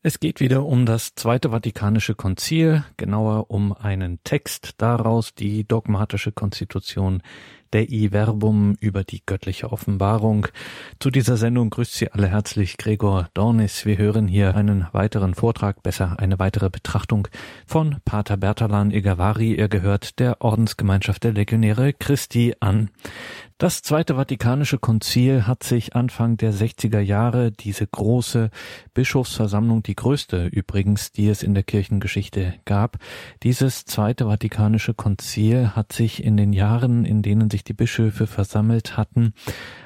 Es geht wieder um das Zweite Vatikanische Konzil, genauer um einen Text daraus, die dogmatische Konstitution Dei Verbum über die göttliche Offenbarung. Zu dieser Sendung grüßt Sie alle herzlich Gregor Dornis. Wir hören hier einen weiteren Vortrag, besser eine weitere Betrachtung von Pater Bertalan Egavari. Er gehört der Ordensgemeinschaft der Legionäre Christi an. Das Zweite Vatikanische Konzil hat sich Anfang der 60er Jahre, diese große Bischofsversammlung, die größte übrigens, die es in der Kirchengeschichte gab, dieses Zweite Vatikanische Konzil hat sich in den Jahren, in denen sich die Bischöfe versammelt hatten,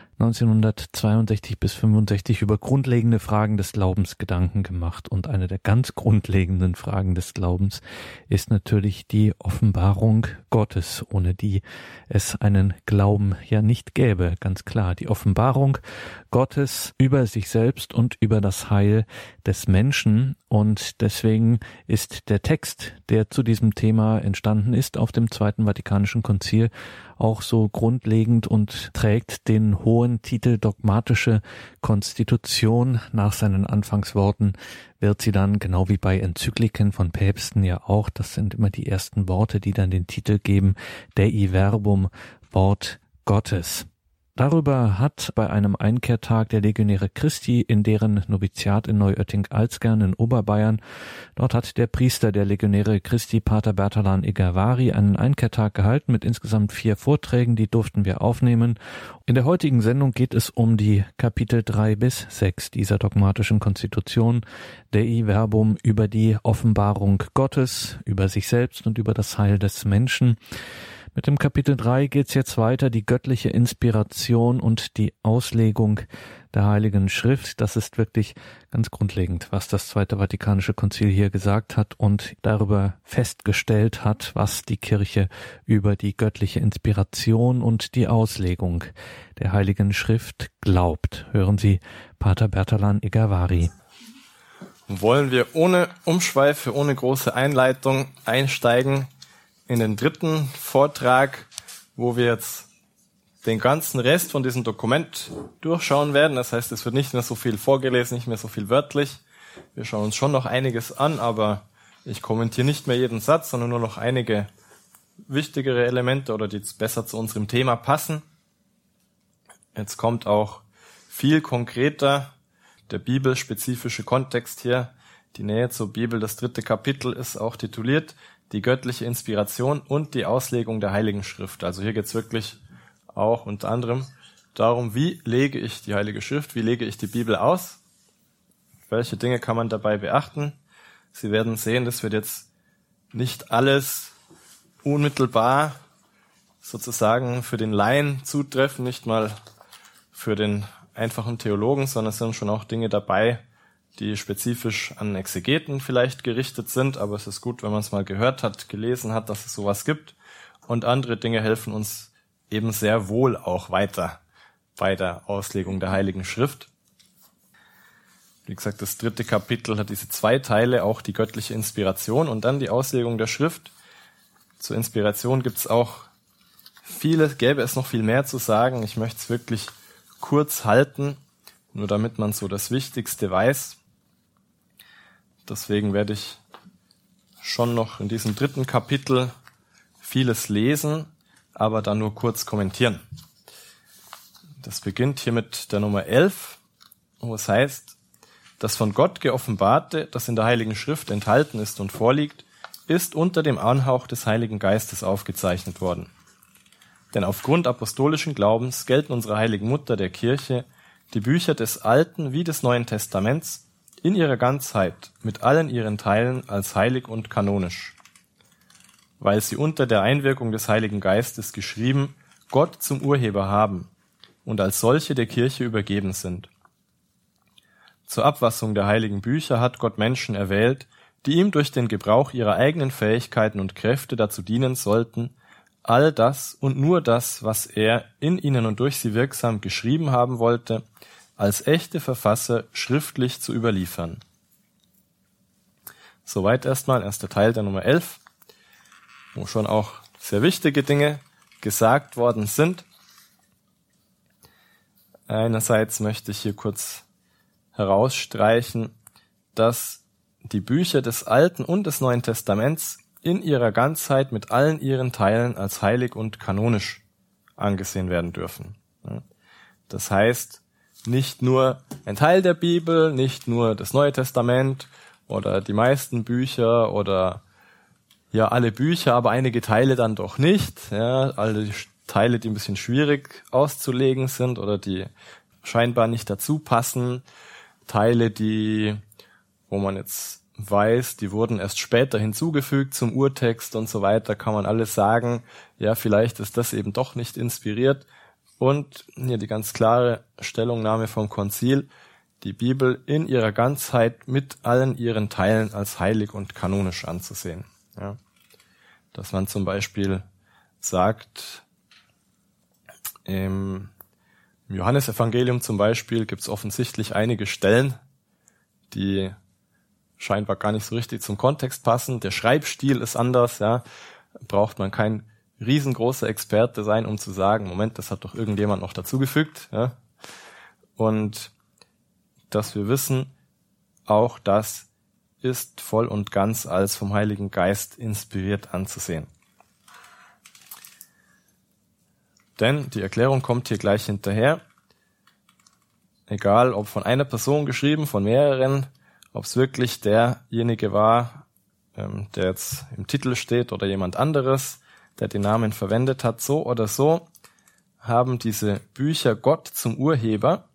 1962 bis 65 über grundlegende Fragen des Glaubens Gedanken gemacht. Und eine der ganz grundlegenden Fragen des Glaubens ist natürlich die Offenbarung Gottes, ohne die es einen Glauben ja nicht gäbe, ganz klar. Die Offenbarung Gottes über sich selbst und über das Heil des Menschen. Und deswegen ist der Text, der zu diesem Thema entstanden ist, auf dem Zweiten Vatikanischen Konzil auch so grundlegend und trägt den hohen Titel Dogmatische Konstitution. Nach seinen Anfangsworten wird sie dann, genau wie bei Enzykliken von Päpsten ja auch, das sind immer die ersten Worte, die dann den Titel geben, Dei Verbum, Wort Gottes. Darüber hat bei einem Einkehrtag der Legionäre Christi in deren Noviziat in Neuötting-Alzgern in Oberbayern, dort hat der Priester der Legionäre Christi, Pater Bertalan Egavari, einen Einkehrtag gehalten mit insgesamt 4 Vorträgen, die durften wir aufnehmen. In der heutigen Sendung geht es um die Kapitel 3 bis 6 dieser dogmatischen Konstitution, Dei Verbum über die Offenbarung Gottes, über sich selbst und über das Heil des Menschen. Mit dem Kapitel 3 geht's jetzt weiter, die göttliche Inspiration und die Auslegung der Heiligen Schrift. Das ist wirklich ganz grundlegend, was das Zweite Vatikanische Konzil hier gesagt hat und darüber festgestellt hat, was die Kirche über die göttliche Inspiration und die Auslegung der Heiligen Schrift glaubt. Hören Sie Pater Bertalan Egavari. Wollen wir ohne Umschweife, ohne große Einleitung einsteigen in den dritten Vortrag, wo wir jetzt den ganzen Rest von diesem Dokument durchschauen werden. Das heißt, es wird nicht mehr so viel vorgelesen, nicht mehr so viel wörtlich. Wir schauen uns schon noch einiges an, aber ich kommentiere nicht mehr jeden Satz, sondern nur noch einige wichtigere Elemente oder die jetzt besser zu unserem Thema passen. Jetzt kommt auch viel konkreter der bibelspezifische Kontext hier. Die Nähe zur Bibel, das 3. Kapitel ist auch tituliert die göttliche Inspiration und die Auslegung der Heiligen Schrift. Also hier geht's wirklich auch unter anderem darum, wie lege ich die Heilige Schrift, wie lege ich die Bibel aus, welche Dinge kann man dabei beachten. Sie werden sehen, das wird jetzt nicht alles unmittelbar sozusagen für den Laien zutreffen, nicht mal für den einfachen Theologen, sondern es sind schon auch Dinge dabei, die spezifisch an Exegeten vielleicht gerichtet sind, aber es ist gut, wenn man es mal gehört hat, gelesen hat, dass es sowas gibt. Und andere Dinge helfen uns eben sehr wohl auch weiter bei der Auslegung der Heiligen Schrift. Wie gesagt, das 3. Kapitel hat diese 2 Teile, auch die göttliche Inspiration und dann die Auslegung der Schrift. Zur Inspiration gibt es auch gäbe es noch viel mehr zu sagen. Ich möchte es wirklich kurz halten, nur damit man so das Wichtigste weiß. Deswegen werde ich schon noch in diesem 3. Kapitel vieles lesen, aber dann nur kurz kommentieren. Das beginnt hier mit der Nummer 11, wo es heißt, das von Gott geoffenbarte, das in der Heiligen Schrift enthalten ist und vorliegt, ist unter dem Anhauch des Heiligen Geistes aufgezeichnet worden. Denn aufgrund apostolischen Glaubens gelten unserer Heiligen Mutter der Kirche die Bücher des Alten wie des Neuen Testaments in ihrer Ganzheit mit allen ihren Teilen als heilig und kanonisch, weil sie unter der Einwirkung des Heiligen Geistes geschrieben, Gott zum Urheber haben und als solche der Kirche übergeben sind. Zur Abfassung der heiligen Bücher hat Gott Menschen erwählt, die ihm durch den Gebrauch ihrer eigenen Fähigkeiten und Kräfte dazu dienen sollten, all das und nur das, was er in ihnen und durch sie wirksam geschrieben haben wollte, als echte Verfasser schriftlich zu überliefern. Soweit erstmal, erster Teil der Nummer 11, wo schon auch sehr wichtige Dinge gesagt worden sind. Einerseits möchte ich hier kurz herausstreichen, dass die Bücher des Alten und des Neuen Testaments in ihrer Ganzheit mit allen ihren Teilen als heilig und kanonisch angesehen werden dürfen. Das heißt, nicht nur ein Teil der Bibel, nicht nur das Neue Testament oder die meisten Bücher oder ja alle Bücher, aber einige Teile dann doch nicht. Ja, alle Teile, die ein bisschen schwierig auszulegen sind oder die scheinbar nicht dazu passen. Teile, wo man jetzt weiß, die wurden erst später hinzugefügt zum Urtext und so weiter, kann man alles sagen, ja, vielleicht ist das eben doch nicht inspiriert. Und hier die ganz klare Stellungnahme vom Konzil, die Bibel in ihrer Ganzheit mit allen ihren Teilen als heilig und kanonisch anzusehen. Ja. Dass man zum Beispiel sagt, im Johannesevangelium zum Beispiel gibt es offensichtlich einige Stellen, die scheinbar gar nicht so richtig zum Kontext passen. Der Schreibstil ist anders, ja. Braucht man kein riesengroßer Experte sein, um zu sagen, Moment, das hat doch irgendjemand noch dazugefügt, ja. Und dass wir wissen, auch das ist voll und ganz als vom Heiligen Geist inspiriert anzusehen. Denn die Erklärung kommt hier gleich hinterher. Egal, ob von einer Person geschrieben, von mehreren, ob es wirklich derjenige war, der jetzt im Titel steht oder jemand anderes, der den Namen verwendet hat, so oder so, haben diese Bücher Gott zum Urheber.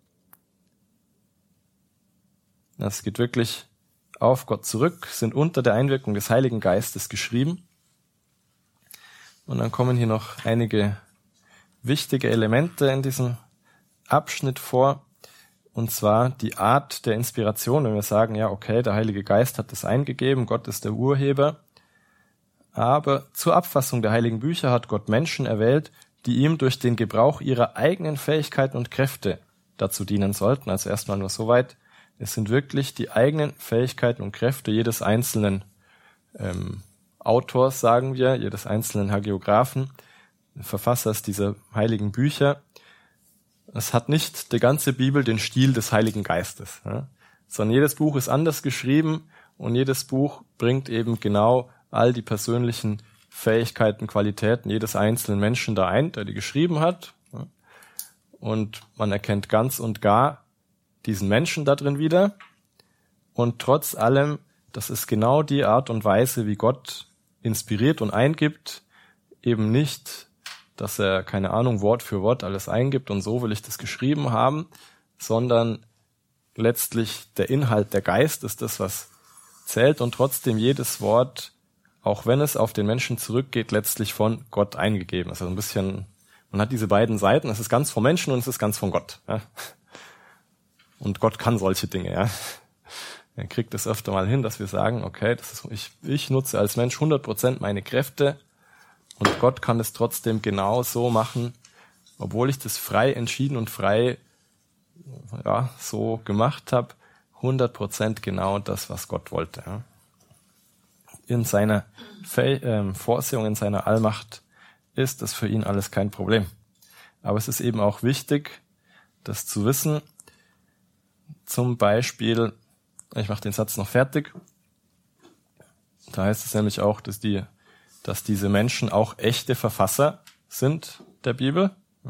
Das geht wirklich auf Gott zurück, sind unter der Einwirkung des Heiligen Geistes geschrieben. Und dann kommen hier noch einige wichtige Elemente in diesem Abschnitt vor. Und zwar die Art der Inspiration, wenn wir sagen, ja, okay, der Heilige Geist hat das eingegeben, Gott ist der Urheber. Aber zur Abfassung der heiligen Bücher hat Gott Menschen erwählt, die ihm durch den Gebrauch ihrer eigenen Fähigkeiten und Kräfte dazu dienen sollten. Also erstmal nur soweit. Es sind wirklich die eigenen Fähigkeiten und Kräfte jedes einzelnen Autors, sagen wir, jedes einzelnen Hagiographen, Verfassers dieser heiligen Bücher. Es hat nicht die ganze Bibel den Stil des Heiligen Geistes, ja, sondern jedes Buch ist anders geschrieben und jedes Buch bringt eben genau all die persönlichen Fähigkeiten, Qualitäten jedes einzelnen Menschen da ein, der die geschrieben hat. Ja. Und man erkennt ganz und gar diesen Menschen da drin wieder. Und trotz allem, das ist genau die Art und Weise, wie Gott inspiriert und eingibt, eben nicht, dass er, keine Ahnung, Wort für Wort alles eingibt und so will ich das geschrieben haben, sondern letztlich der Inhalt, der Geist ist das, was zählt und trotzdem jedes Wort, auch wenn es auf den Menschen zurückgeht, letztlich von Gott eingegeben. Also ein bisschen, man hat diese beiden Seiten, es ist ganz vom Menschen und es ist ganz von Gott. Ja. Und Gott kann solche Dinge, ja. Er kriegt es öfter mal hin, dass wir sagen, okay, das ist, ich nutze als Mensch 100% meine Kräfte, und Gott kann es trotzdem genau so machen, obwohl ich das frei entschieden und frei so gemacht habe, 100% genau das, was Gott wollte. Ja. In seiner Vorsehung, in seiner Allmacht ist das für ihn alles kein Problem. Aber es ist eben auch wichtig, das zu wissen. Zum Beispiel, ich mache den Satz noch fertig, da heißt es nämlich auch, dass diese Menschen auch echte Verfasser sind der Bibel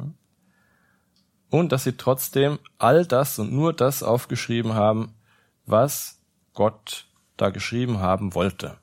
und dass sie trotzdem all das und nur das aufgeschrieben haben, was Gott da geschrieben haben wollte.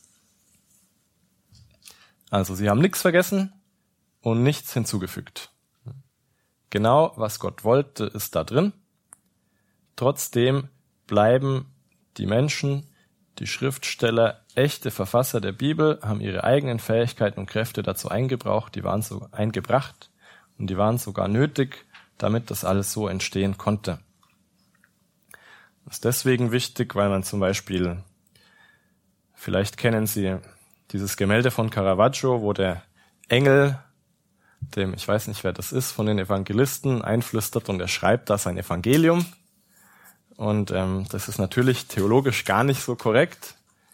Also sie haben nichts vergessen und nichts hinzugefügt. Genau, was Gott wollte, ist da drin. Trotzdem bleiben die Menschen, die Schriftsteller, echte Verfasser der Bibel, haben ihre eigenen Fähigkeiten und Kräfte dazu eingebracht, die waren und die waren sogar nötig, damit das alles so entstehen konnte. Das ist deswegen wichtig, weil man zum Beispiel, vielleicht kennen Sie dieses Gemälde von Caravaggio, wo der Engel, dem, ich weiß nicht, wer das ist, von den Evangelisten einflüstert und er schreibt da sein Evangelium. Und das ist natürlich theologisch gar nicht so korrekt.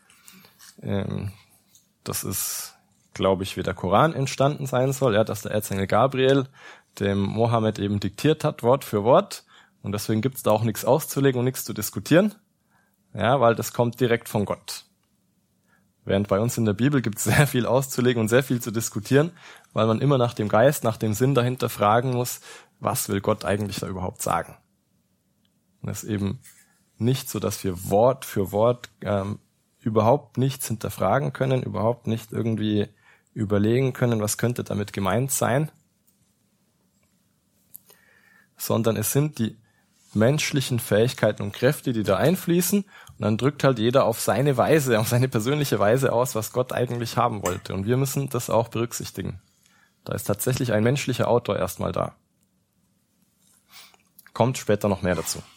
Das ist, glaube ich, wie der Koran entstanden sein soll, dass der Erzengel Gabriel dem Mohammed eben diktiert hat, Wort für Wort. Und deswegen gibt es da auch nichts auszulegen und nichts zu diskutieren. ja, weil das kommt direkt von Gott. Während bei uns in der Bibel gibt es sehr viel auszulegen und sehr viel zu diskutieren, weil man immer nach dem Geist, nach dem Sinn dahinter fragen muss, was will Gott eigentlich da überhaupt sagen? Und es ist eben nicht so, dass wir Wort für Wort überhaupt nichts hinterfragen können, überhaupt nicht irgendwie überlegen können, was könnte damit gemeint sein, sondern es sind die menschlichen Fähigkeiten und Kräfte, die da einfließen, und dann drückt halt jeder auf seine Weise, auf seine persönliche Weise aus, was Gott eigentlich haben wollte. Und wir müssen das auch berücksichtigen. Da ist tatsächlich ein menschlicher Autor erstmal da. Kommt später noch mehr dazu.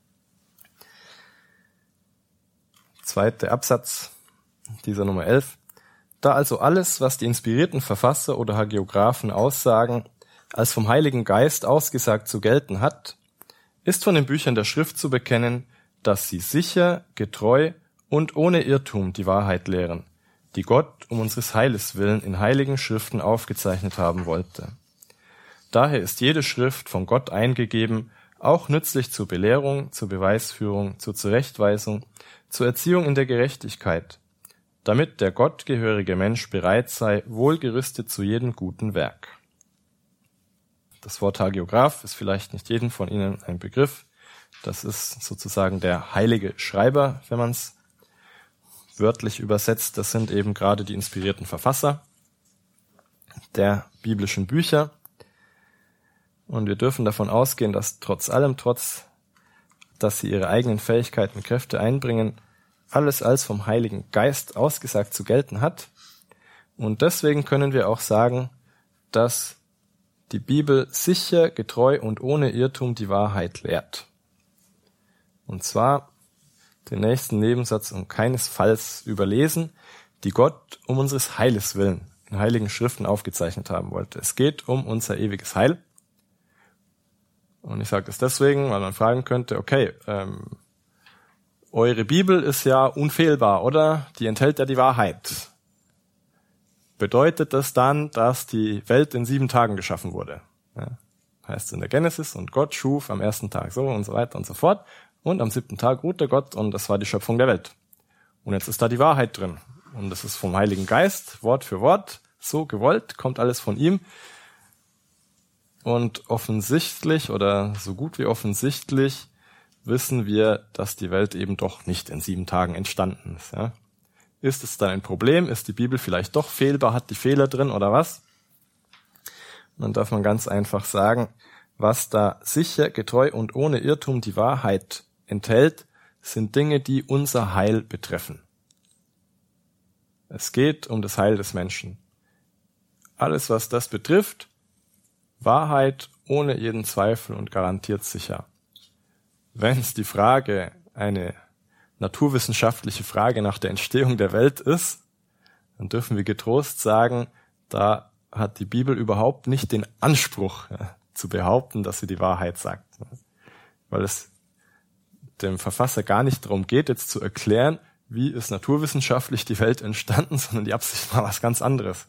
Zweiter Absatz dieser Nummer 11. Da also alles, was die inspirierten Verfasser oder Hagiographen aussagen, als vom Heiligen Geist ausgesagt zu gelten hat, ist von den Büchern der Schrift zu bekennen, dass sie sicher, getreu und ohne Irrtum die Wahrheit lehren, die Gott um unseres Heiles willen in heiligen Schriften aufgezeichnet haben wollte. Daher ist jede Schrift von Gott eingegeben, auch nützlich zur Belehrung, zur Beweisführung, zur Zurechtweisung, zur Erziehung in der Gerechtigkeit, damit der gottgehörige Mensch bereit sei, wohlgerüstet zu jedem guten Werk. Das Wort Hagiograph ist vielleicht nicht jedem von Ihnen ein Begriff. Das ist sozusagen der heilige Schreiber, wenn man es wörtlich übersetzt. Das sind eben gerade die inspirierten Verfasser der biblischen Bücher. Und wir dürfen davon ausgehen, dass trotz allem, dass sie ihre eigenen Fähigkeiten und Kräfte einbringen, alles als vom Heiligen Geist ausgesagt zu gelten hat. Und deswegen können wir auch sagen, dass die Bibel sicher, getreu und ohne Irrtum die Wahrheit lehrt. Und zwar den nächsten Nebensatz um keinesfalls überlesen, die Gott um unseres Heiles willen in heiligen Schriften aufgezeichnet haben wollte. Es geht um unser ewiges Heil. Und ich sage das deswegen, weil man fragen könnte, okay, eure Bibel ist ja unfehlbar, oder? Die enthält ja die Wahrheit. Bedeutet das dann, dass die Welt in 7 Tagen geschaffen wurde? Ja, heißt es in der Genesis, und Gott schuf am 1. Tag so und so weiter und so fort. Und am 7. Tag ruhte Gott, und das war die Schöpfung der Welt. Und jetzt ist da die Wahrheit drin. Und das ist vom Heiligen Geist, Wort für Wort, so gewollt, kommt alles von ihm. Und offensichtlich oder so gut wie offensichtlich wissen wir, dass die Welt eben doch nicht in 7 Tagen entstanden ist. Ja? Ist es dann ein Problem? Ist die Bibel vielleicht doch fehlbar? Hat die Fehler drin oder was? Und dann darf man ganz einfach sagen, was da sicher, getreu und ohne Irrtum die Wahrheit enthält, sind Dinge, die unser Heil betreffen. Es geht um das Heil des Menschen. Alles, was das betrifft, Wahrheit ohne jeden Zweifel und garantiert sicher. Wenn es die Frage, eine naturwissenschaftliche Frage nach der Entstehung der Welt ist, dann dürfen wir getrost sagen, da hat die Bibel überhaupt nicht den Anspruch zu behaupten, dass sie die Wahrheit sagt. Weil es dem Verfasser gar nicht darum geht, jetzt zu erklären, wie ist naturwissenschaftlich die Welt entstanden, sondern die Absicht war was ganz anderes.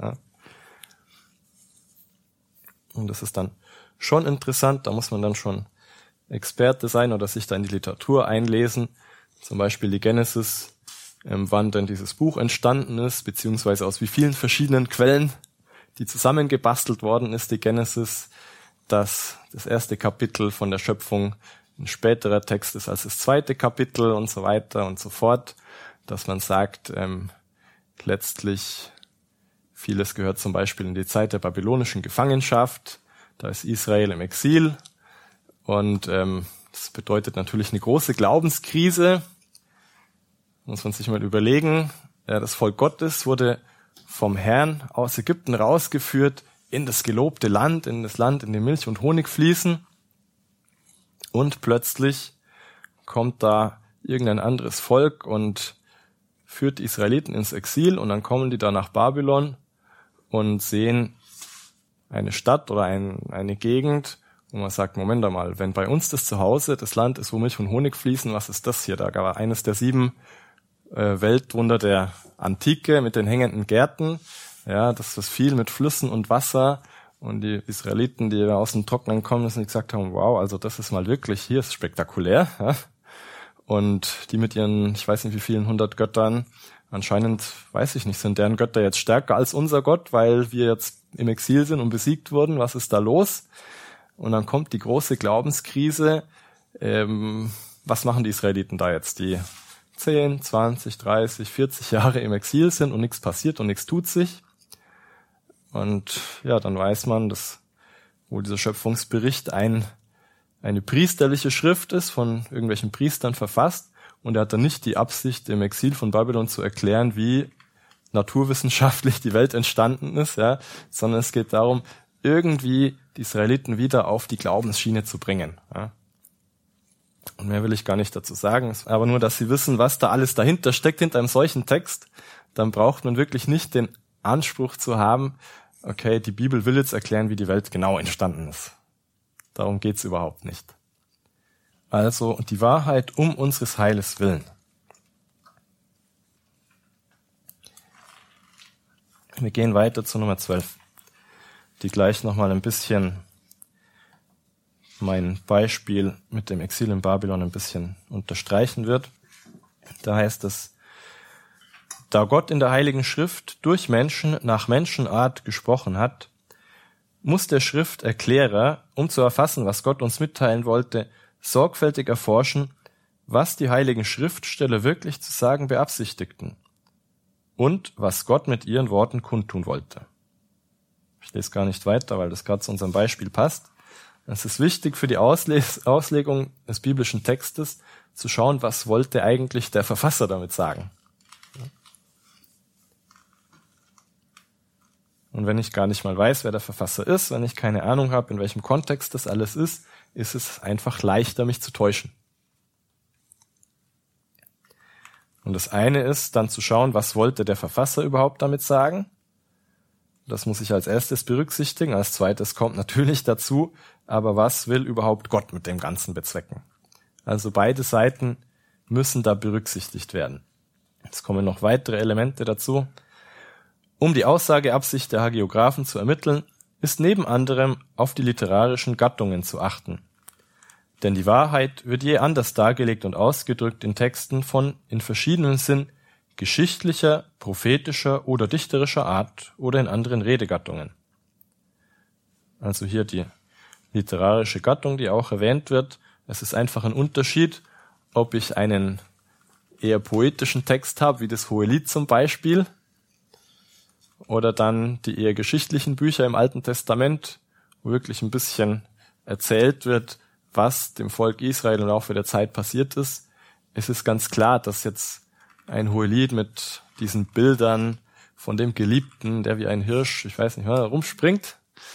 Und das ist dann schon interessant, da muss man dann schon Experte sein oder sich da in die Literatur einlesen, zum Beispiel die Genesis, wann denn dieses Buch entstanden ist, beziehungsweise aus wie vielen verschiedenen Quellen die zusammengebastelt worden ist, die Genesis, dass das 1. Kapitel von der Schöpfung ein späterer Text ist als das 2. Kapitel und so weiter und so fort, dass man sagt, letztlich vieles gehört zum Beispiel in die Zeit der babylonischen Gefangenschaft, da ist Israel im Exil und das bedeutet natürlich eine große Glaubenskrise, muss man sich mal überlegen. Das Volk Gottes wurde vom Herrn aus Ägypten rausgeführt in das gelobte Land, in das Land, in dem Milch und Honig fließen. Und plötzlich kommt da irgendein anderes Volk und führt die Israeliten ins Exil, und dann kommen die da nach Babylon und sehen eine Stadt oder eine Gegend, wo man sagt, Moment einmal, wenn bei uns das Zuhause, das Land ist, wo Milch und Honig fließen, was ist das hier? Da war eines der 7 Weltwunder der Antike mit den hängenden Gärten. Ja, das ist viel mit Flüssen und Wasser. Und die Israeliten, die aus dem Trocknen kommen, die gesagt haben, wow, also das ist mal wirklich, hier ist spektakulär. Ja. Und die mit ihren, ich weiß nicht wie vielen 100 Göttern, anscheinend, weiß ich nicht, sind deren Götter jetzt stärker als unser Gott, weil wir jetzt im Exil sind und besiegt wurden. Was ist da los? Und dann kommt die große Glaubenskrise. Was machen die Israeliten da jetzt? Die 10, 20, 30, 40 Jahre im Exil sind und nichts passiert und nichts tut sich. Und ja, dann weiß man, dass wohl dieser Schöpfungsbericht eine priesterliche Schrift ist, von irgendwelchen Priestern verfasst. Und er hat dann nicht die Absicht, im Exil von Babylon zu erklären, wie naturwissenschaftlich die Welt entstanden ist, ja, sondern es geht darum, irgendwie die Israeliten wieder auf die Glaubensschiene zu bringen. Ja. Und mehr will ich gar nicht dazu sagen, aber nur, dass sie wissen, was da alles dahinter steckt, hinter einem solchen Text. Dann braucht man wirklich nicht den Anspruch zu haben, okay, die Bibel will jetzt erklären, wie die Welt genau entstanden ist. Darum geht's überhaupt nicht. Also, und die Wahrheit um unseres Heiles willen. Wir gehen weiter zu Nummer 12, die gleich nochmal ein bisschen mein Beispiel mit dem Exil in Babylon ein bisschen unterstreichen wird. Da heißt es, da Gott in der Heiligen Schrift durch Menschen nach Menschenart gesprochen hat, muss der Schrifterklärer, um zu erfassen, was Gott uns mitteilen wollte, sorgfältig erforschen, was die heiligen Schriftsteller wirklich zu sagen beabsichtigten und was Gott mit ihren Worten kundtun wollte. Ich lese gar nicht weiter, weil das gerade zu unserem Beispiel passt. Es ist wichtig für die Auslegung des biblischen Textes zu schauen, was wollte eigentlich der Verfasser damit sagen. Und wenn ich gar nicht mal weiß, wer der Verfasser ist, wenn ich keine Ahnung habe, in welchem Kontext das alles ist es einfach leichter, mich zu täuschen. Und das eine ist, dann zu schauen, was wollte der Verfasser überhaupt damit sagen. Das muss ich als erstes berücksichtigen. Als zweites kommt natürlich dazu, aber was will überhaupt Gott mit dem Ganzen bezwecken? Also beide Seiten müssen da berücksichtigt werden. Jetzt kommen noch weitere Elemente dazu. Um die Aussageabsicht der Hagiographen zu ermitteln, ist neben anderem auf die literarischen Gattungen zu achten. Denn die Wahrheit wird je anders dargelegt und ausgedrückt in Texten von in verschiedenen Sinn geschichtlicher, prophetischer oder dichterischer Art oder in anderen Redegattungen. Also hier die literarische Gattung, die auch erwähnt wird. Es ist einfach ein Unterschied, ob ich einen eher poetischen Text habe, wie das Hohelied zum Beispiel, oder dann die eher geschichtlichen Bücher im Alten Testament, wo wirklich ein bisschen erzählt wird, was dem Volk Israel im Laufe der Zeit passiert ist. Es ist ganz klar, dass jetzt ein Hohelied mit diesen Bildern von dem Geliebten, der wie ein Hirsch, ich weiß nicht, rumspringt,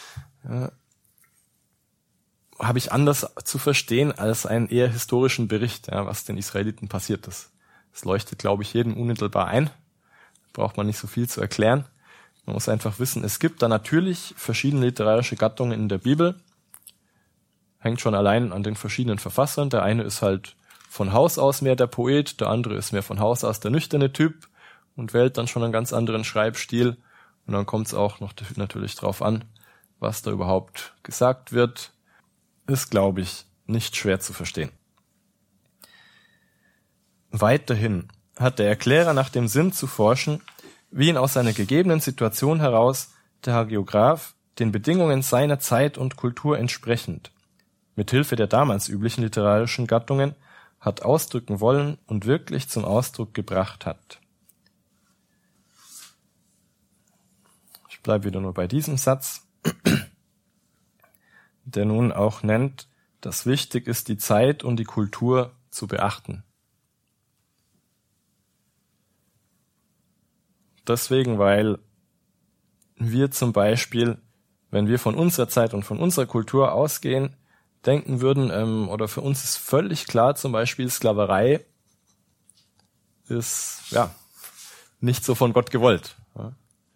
habe ich anders zu verstehen als einen eher historischen Bericht, was den Israeliten passiert ist. Das leuchtet, glaube ich, jedem unmittelbar ein. Braucht man nicht so viel zu erklären. Man muss einfach wissen, es gibt da natürlich verschiedene literarische Gattungen in der Bibel. Hängt schon allein an den verschiedenen Verfassern. Der eine ist halt von Haus aus mehr der Poet, der andere ist mehr von Haus aus der nüchterne Typ und wählt dann schon einen ganz anderen Schreibstil. Und dann kommt es auch noch natürlich drauf an, was da überhaupt gesagt wird. Ist, glaube ich, nicht schwer zu verstehen. Weiterhin hat der Erklärer nach dem Sinn zu forschen, wie ihn aus einer gegebenen Situation heraus der Hagiograph den Bedingungen seiner Zeit und Kultur entsprechend, mithilfe der damals üblichen literarischen Gattungen, hat ausdrücken wollen und wirklich zum Ausdruck gebracht hat. Ich bleibe wieder nur bei diesem Satz, der nun auch nennt, dass wichtig ist, die Zeit und die Kultur zu beachten. Deswegen, weil wir zum Beispiel, wenn wir von unserer Zeit und von unserer Kultur ausgehen, denken würden, oder für uns ist völlig klar, zum Beispiel Sklaverei ist nicht so von Gott gewollt. Ja.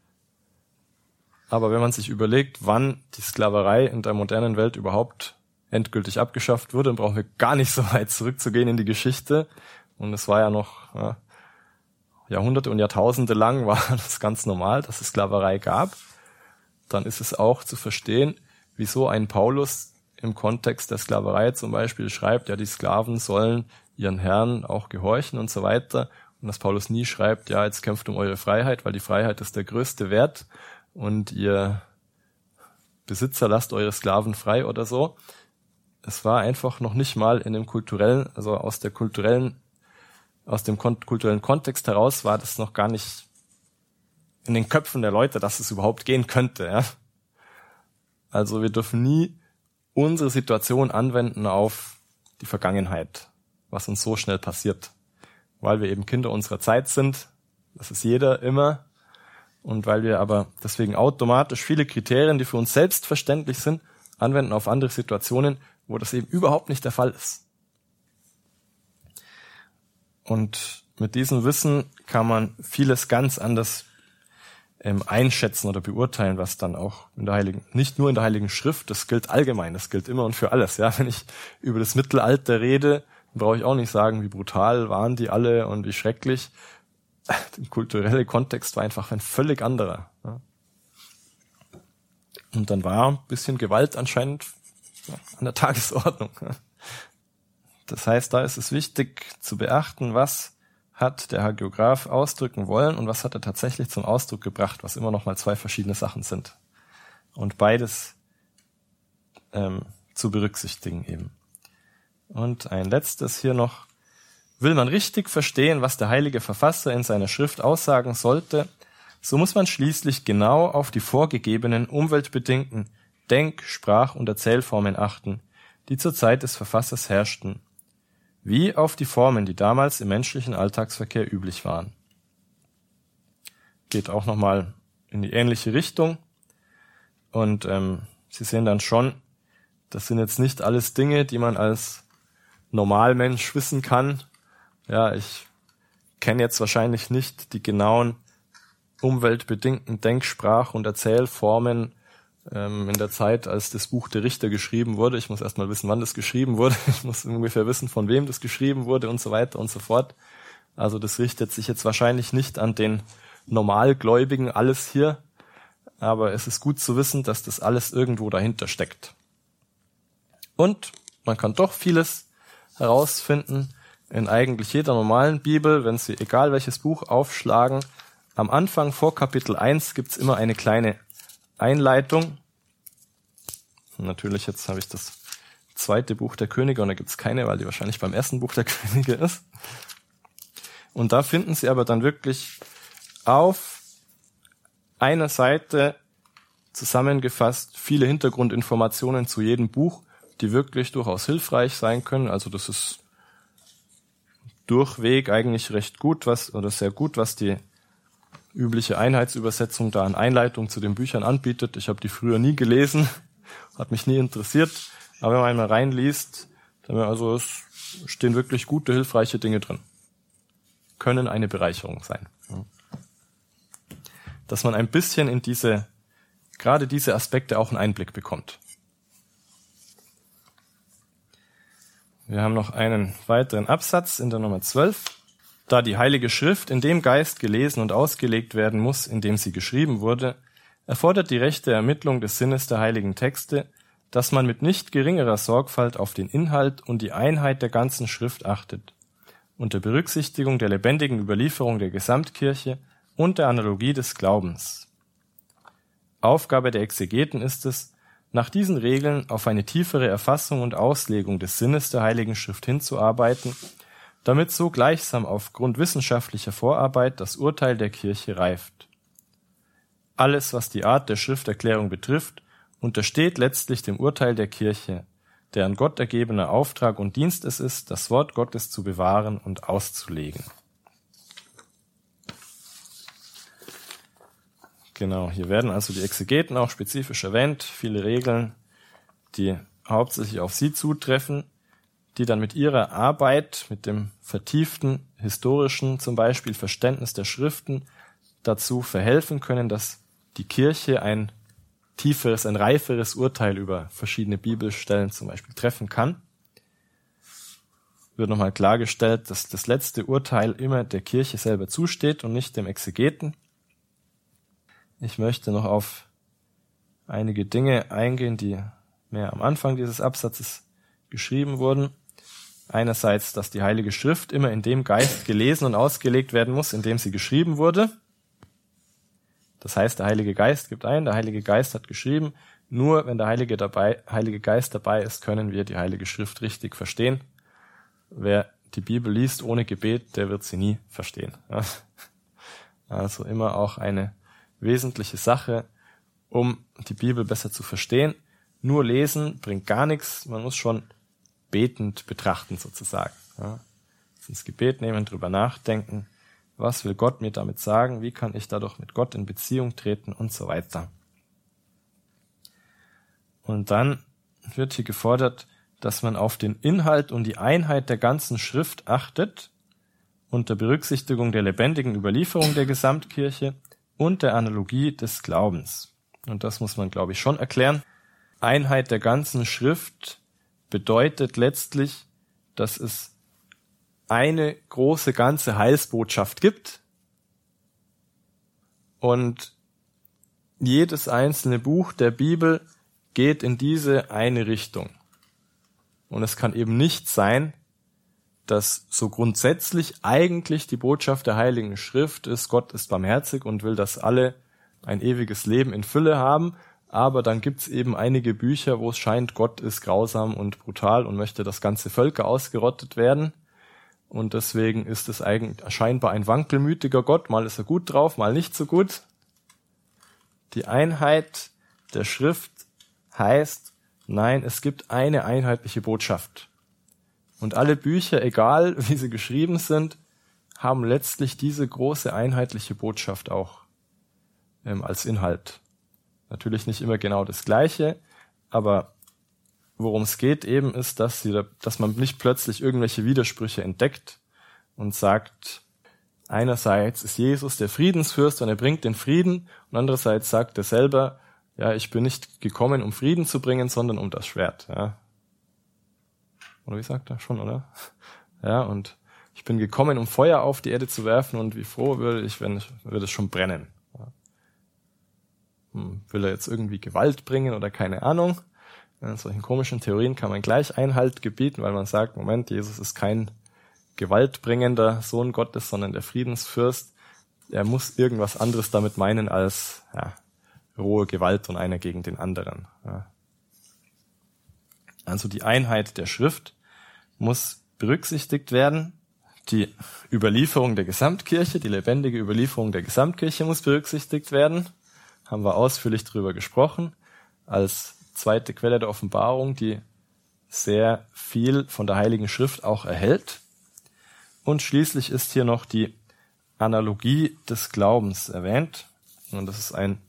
Aber wenn man sich überlegt, wann die Sklaverei in der modernen Welt überhaupt endgültig abgeschafft wurde, dann brauchen wir gar nicht so weit zurückzugehen in die Geschichte. Und es war ja noch Jahrhunderte und Jahrtausende lang war das ganz normal, dass es Sklaverei gab. Dann ist es auch zu verstehen, wieso ein Paulus im Kontext der Sklaverei zum Beispiel schreibt, ja, die Sklaven sollen ihren Herren auch gehorchen und so weiter. Und dass Paulus nie schreibt, ja, jetzt kämpft um eure Freiheit, weil die Freiheit ist der größte Wert und ihr Besitzer lasst eure Sklaven frei oder so. Es war einfach noch nicht mal in dem kulturellen, also aus dem kulturellen Kontext heraus war das noch gar nicht in den Köpfen der Leute, dass es überhaupt gehen könnte. Ja? Also wir dürfen nie unsere Situation anwenden auf die Vergangenheit, was uns so schnell passiert. Weil wir eben Kinder unserer Zeit sind, das ist jeder immer, und weil wir aber deswegen automatisch viele Kriterien, die für uns selbstverständlich sind, anwenden auf andere Situationen, wo das eben überhaupt nicht der Fall ist. Und mit diesem Wissen kann man vieles ganz anders einschätzen oder beurteilen, was dann auch nicht nur in der Heiligen Schrift, das gilt allgemein, das gilt immer und für alles. Ja, wenn ich über das Mittelalter rede, brauche ich auch nicht sagen, wie brutal waren die alle und wie schrecklich. Der kulturelle Kontext war einfach ein völlig anderer. Ja. Und dann war ein bisschen Gewalt anscheinend an der Tagesordnung. Ja. Das heißt, da ist es wichtig zu beachten, was hat der Hagiograph ausdrücken wollen und was hat er tatsächlich zum Ausdruck gebracht, was immer noch mal zwei verschiedene Sachen sind. Und beides zu berücksichtigen eben. Und ein letztes hier noch. Will man richtig verstehen, was der heilige Verfasser in seiner Schrift aussagen sollte, so muss man schließlich genau auf die vorgegebenen umweltbedingten Denk-, Sprach- und Erzählformen achten, die zur Zeit des Verfassers herrschten, wie auf die Formen, die damals im menschlichen Alltagsverkehr üblich waren. Geht auch nochmal in die ähnliche Richtung. Und Sie sehen dann schon, das sind jetzt nicht alles Dinge, die man als Normalmensch wissen kann. Ja, ich kenne jetzt wahrscheinlich nicht die genauen umweltbedingten Denk-, Sprach- und Erzählformen in der Zeit, als das Buch der Richter geschrieben wurde. Ich muss erst mal wissen, wann das geschrieben wurde. Ich muss ungefähr wissen, von wem das geschrieben wurde und so weiter und so fort. Also das richtet sich jetzt wahrscheinlich nicht an den Normalgläubigen alles hier, aber es ist gut zu wissen, dass das alles irgendwo dahinter steckt. Und man kann doch vieles herausfinden in eigentlich jeder normalen Bibel, wenn Sie egal welches Buch aufschlagen. Am Anfang vor Kapitel 1 gibt's immer eine kleine Einleitung. Und natürlich, jetzt habe ich das zweite Buch der Könige und da gibt's keine, weil die wahrscheinlich beim ersten Buch der Könige ist. Und da finden Sie aber dann wirklich auf einer Seite zusammengefasst viele Hintergrundinformationen zu jedem Buch, die wirklich durchaus hilfreich sein können. Also das ist durchweg eigentlich recht gut, sehr gut, was die übliche Einheitsübersetzung da an Einleitung zu den Büchern anbietet. Ich habe die früher nie gelesen, hat mich nie interessiert, aber wenn man einmal reinliest, dann also es stehen wirklich gute, hilfreiche Dinge drin. Können eine Bereicherung sein. Dass man ein bisschen in gerade diese Aspekte auch einen Einblick bekommt. Wir haben noch einen weiteren Absatz in der Nummer 12. Da die Heilige Schrift in dem Geist gelesen und ausgelegt werden muss, in dem sie geschrieben wurde, erfordert die rechte Ermittlung des Sinnes der heiligen Texte, dass man mit nicht geringerer Sorgfalt auf den Inhalt und die Einheit der ganzen Schrift achtet, unter Berücksichtigung der lebendigen Überlieferung der Gesamtkirche und der Analogie des Glaubens. Aufgabe der Exegeten ist es, nach diesen Regeln auf eine tiefere Erfassung und Auslegung des Sinnes der Heiligen Schrift hinzuarbeiten, damit so gleichsam aufgrund wissenschaftlicher Vorarbeit das Urteil der Kirche reift. Alles, was die Art der Schrifterklärung betrifft, untersteht letztlich dem Urteil der Kirche, deren Gott ergebener Auftrag und Dienst es ist, das Wort Gottes zu bewahren und auszulegen. Genau, hier werden also die Exegeten auch spezifisch erwähnt, viele Regeln, die hauptsächlich auf sie zutreffen, die dann mit ihrer Arbeit, mit dem vertieften historischen zum Beispiel Verständnis der Schriften dazu verhelfen können, dass die Kirche ein tieferes, ein reiferes Urteil über verschiedene Bibelstellen zum Beispiel treffen kann. Wird nochmal klargestellt, dass das letzte Urteil immer der Kirche selber zusteht und nicht dem Exegeten. Ich möchte noch auf einige Dinge eingehen, die mehr am Anfang dieses Absatzes geschrieben wurden. Einerseits, dass die Heilige Schrift immer in dem Geist gelesen und ausgelegt werden muss, in dem sie geschrieben wurde. Das heißt, der Heilige Geist gibt ein, der Heilige Geist hat geschrieben. Nur wenn der Heilige Geist dabei ist, können wir die Heilige Schrift richtig verstehen. Wer die Bibel liest ohne Gebet, der wird sie nie verstehen. Also immer auch eine wesentliche Sache, um die Bibel besser zu verstehen. Nur lesen bringt gar nichts, man muss schon betend betrachten sozusagen. Ins Gebet nehmen, drüber nachdenken, was will Gott mir damit sagen, wie kann ich dadurch mit Gott in Beziehung treten und so weiter. Und dann wird hier gefordert, dass man auf den Inhalt und die Einheit der ganzen Schrift achtet, unter Berücksichtigung der lebendigen Überlieferung der Gesamtkirche und der Analogie des Glaubens. Und das muss man, glaube ich, schon erklären. Einheit der ganzen Schrift bedeutet letztlich, dass es eine große ganze Heilsbotschaft gibt und jedes einzelne Buch der Bibel geht in diese eine Richtung. Und es kann eben nicht sein, dass so grundsätzlich eigentlich die Botschaft der Heiligen Schrift ist, Gott ist barmherzig und will, dass alle ein ewiges Leben in Fülle haben, aber dann gibt's eben einige Bücher, wo es scheint, Gott ist grausam und brutal und möchte, dass ganze Völker ausgerottet werden. Und deswegen ist es eigentlich scheinbar ein wankelmütiger Gott, mal ist er gut drauf, mal nicht so gut. Die Einheit der Schrift heißt, nein, es gibt eine einheitliche Botschaft. Und alle Bücher, egal wie sie geschrieben sind, haben letztlich diese große einheitliche Botschaft auch als Inhalt. Natürlich nicht immer genau das Gleiche, aber worum es geht eben ist, dass man nicht plötzlich irgendwelche Widersprüche entdeckt und sagt, einerseits ist Jesus der Friedensfürst und er bringt den Frieden und andererseits sagt er selber, ja, ich bin nicht gekommen, um Frieden zu bringen, sondern um das Schwert. Ja. Oder wie sagt er? Schon, oder? Ja, und ich bin gekommen, um Feuer auf die Erde zu werfen und wie froh würde ich, würde es schon brennen. Ja. Will er jetzt irgendwie Gewalt bringen oder keine Ahnung? In solchen komischen Theorien kann man gleich Einhalt gebieten, weil man sagt, Moment, Jesus ist kein gewaltbringender Sohn Gottes, sondern der Friedensfürst. Er muss irgendwas anderes damit meinen als rohe Gewalt von einer gegen den anderen. Ja. Also die Einheit der Schrift muss berücksichtigt werden. Die Überlieferung der Gesamtkirche, die lebendige Überlieferung der Gesamtkirche muss berücksichtigt werden. Haben wir ausführlich darüber gesprochen. Als zweite Quelle der Offenbarung, die sehr viel von der Heiligen Schrift auch erhält. Und schließlich ist hier noch die Analogie des Glaubens erwähnt. Und das ist ein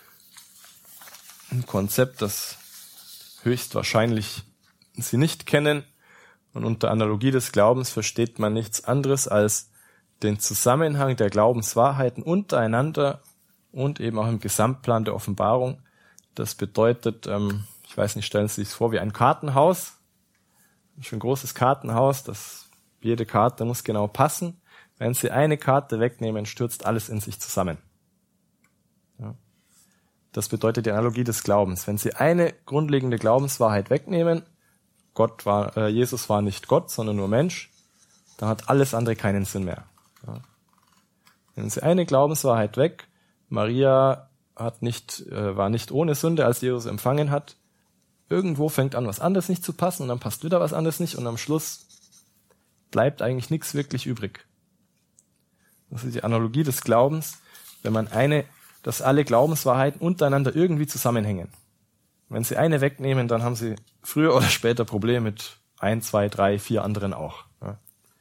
Konzept, das höchstwahrscheinlich Sie nicht kennen. Und unter Analogie des Glaubens versteht man nichts anderes als den Zusammenhang der Glaubenswahrheiten untereinander und eben auch im Gesamtplan der Offenbarung. Das bedeutet, ich weiß nicht, stellen Sie sich vor wie ein Kartenhaus. Ein schön großes Kartenhaus, jede Karte muss genau passen. Wenn Sie eine Karte wegnehmen, stürzt alles in sich zusammen. Ja. Das bedeutet die Analogie des Glaubens. Wenn Sie eine grundlegende Glaubenswahrheit wegnehmen, Jesus war nicht Gott, sondern nur Mensch, dann hat alles andere keinen Sinn mehr. Ja. Nehmen Sie eine Glaubenswahrheit weg, Maria war nicht ohne Sünde, als Jesus empfangen hat. Irgendwo fängt an, was anderes nicht zu passen und dann passt wieder was anderes nicht und am Schluss bleibt eigentlich nichts wirklich übrig. Das ist die Analogie des Glaubens, dass alle Glaubenswahrheiten untereinander irgendwie zusammenhängen. Wenn Sie eine wegnehmen, dann haben Sie früher oder später Probleme mit 1, 2, 3, 4 anderen auch. Ja.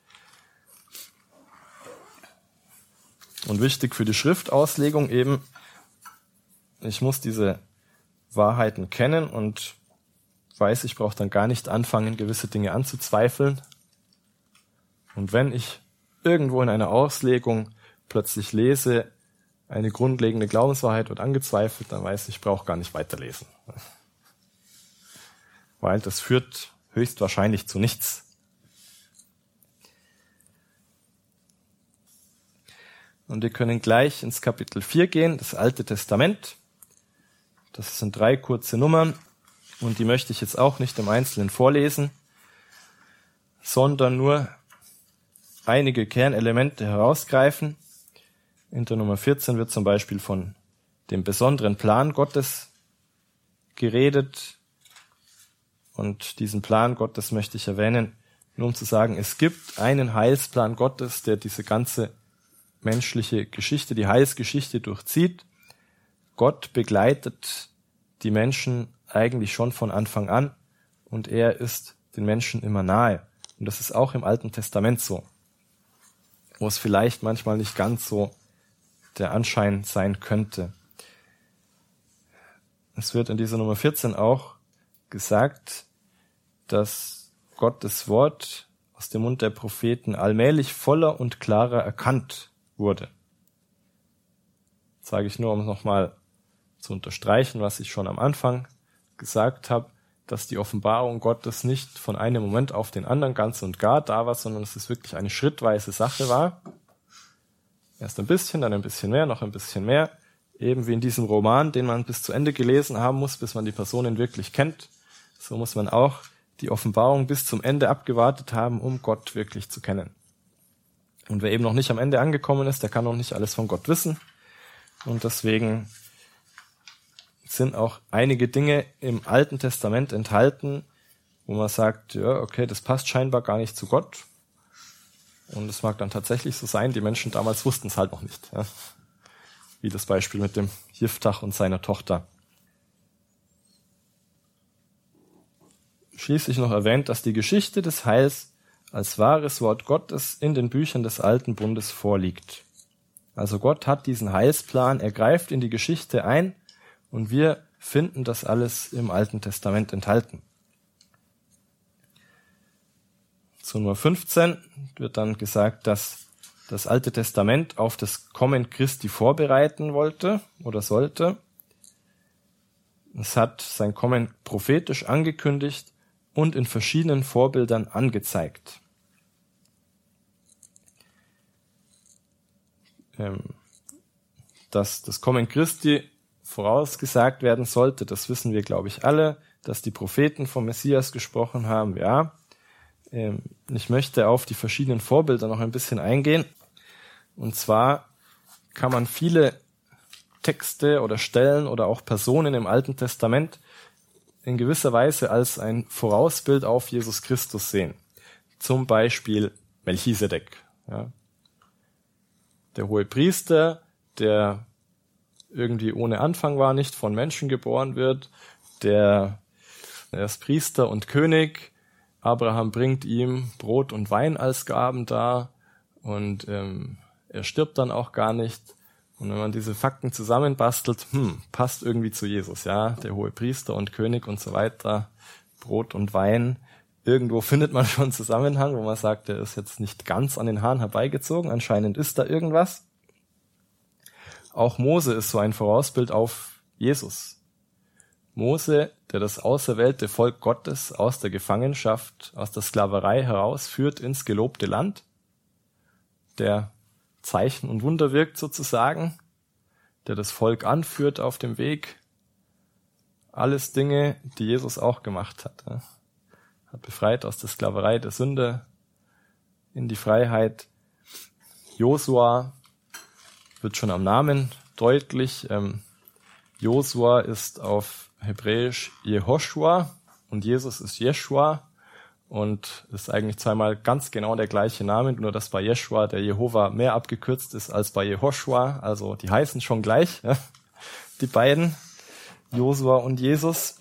Und wichtig für die Schriftauslegung eben, ich muss diese Wahrheiten kennen und weiß, ich brauche dann gar nicht anfangen, gewisse Dinge anzuzweifeln. Und wenn ich irgendwo in einer Auslegung plötzlich lese, eine grundlegende Glaubenswahrheit wird angezweifelt, dann weiß ich brauche gar nicht weiterlesen. Weil das führt höchstwahrscheinlich zu nichts. Und wir können gleich ins Kapitel 4 gehen, das Alte Testament. Das sind 3 kurze Nummern und die möchte ich jetzt auch nicht im Einzelnen vorlesen, sondern nur einige Kernelemente herausgreifen. In der Nummer 14 wird zum Beispiel von dem besonderen Plan Gottes geredet. Und diesen Plan Gottes möchte ich erwähnen, nur um zu sagen, es gibt einen Heilsplan Gottes, der diese ganze menschliche Geschichte, die Heilsgeschichte durchzieht. Gott begleitet die Menschen eigentlich schon von Anfang an und er ist den Menschen immer nahe. Und das ist auch im Alten Testament so, wo es vielleicht manchmal nicht ganz so der Anschein sein könnte. Es wird in dieser Nummer 14 auch gesagt, dass Gottes Wort aus dem Mund der Propheten allmählich voller und klarer erkannt wurde. Das sage ich nur, um es nochmal zu unterstreichen, was ich schon am Anfang gesagt habe, dass die Offenbarung Gottes nicht von einem Moment auf den anderen ganz und gar da war, sondern dass es wirklich eine schrittweise Sache war. Erst ein bisschen, dann ein bisschen mehr, noch ein bisschen mehr. Eben wie in diesem Roman, den man bis zu Ende gelesen haben muss, bis man die Personen wirklich kennt. So muss man auch die Offenbarung bis zum Ende abgewartet haben, um Gott wirklich zu kennen. Und wer eben noch nicht am Ende angekommen ist, der kann noch nicht alles von Gott wissen. Und deswegen sind auch einige Dinge im Alten Testament enthalten, wo man sagt, ja, okay, das passt scheinbar gar nicht zu Gott. Und es mag dann tatsächlich so sein, die Menschen damals wussten es halt noch nicht. Ja. Wie das Beispiel mit dem Jiftach und seiner Tochter. Schließlich noch erwähnt, dass die Geschichte des Heils als wahres Wort Gottes in den Büchern des Alten Bundes vorliegt. Also Gott hat diesen Heilsplan, er greift in die Geschichte ein und wir finden das alles im Alten Testament enthalten. Zu Nummer 15 wird dann gesagt, dass das Alte Testament auf das Kommen Christi vorbereiten wollte oder sollte. Es hat sein Kommen prophetisch angekündigt und in verschiedenen Vorbildern angezeigt. Dass das Kommen Christi vorausgesagt werden sollte, das wissen wir, glaube ich, alle, dass die Propheten vom Messias gesprochen haben, ja. Ich möchte auf die verschiedenen Vorbilder noch ein bisschen eingehen. Und zwar kann man viele Texte oder Stellen oder auch Personen im Alten Testament in gewisser Weise als ein Vorausbild auf Jesus Christus sehen. Zum Beispiel Melchisedek. Ja. Der hohe Priester, der irgendwie ohne Anfang war, nicht von Menschen geboren wird, er ist Priester und König. Abraham bringt ihm Brot und Wein als Gaben dar und er stirbt dann auch gar nicht. Und wenn man diese Fakten zusammenbastelt, passt irgendwie zu Jesus, ja, der hohe Priester und König und so weiter, Brot und Wein. Irgendwo findet man schon einen Zusammenhang, wo man sagt, der ist jetzt nicht ganz an den Haaren herbeigezogen, anscheinend ist da irgendwas. Auch Mose ist so ein Vorausbild auf Jesus. Mose, der das auserwählte Volk Gottes aus der Gefangenschaft, aus der Sklaverei herausführt ins gelobte Land, der Zeichen und Wunder wirkt sozusagen, der das Volk anführt auf dem Weg. Alles Dinge, die Jesus auch gemacht hat. Hat befreit aus der Sklaverei der Sünde in die Freiheit. Josua wird schon am Namen deutlich. Josua ist auf Hebräisch Jehoshua und Jesus ist Jeschua und ist eigentlich zweimal ganz genau der gleiche Name, nur dass bei Jeschua der Jehova mehr abgekürzt ist als bei Jehoshua. Also die heißen schon gleich, ja, die beiden, Josua und Jesus.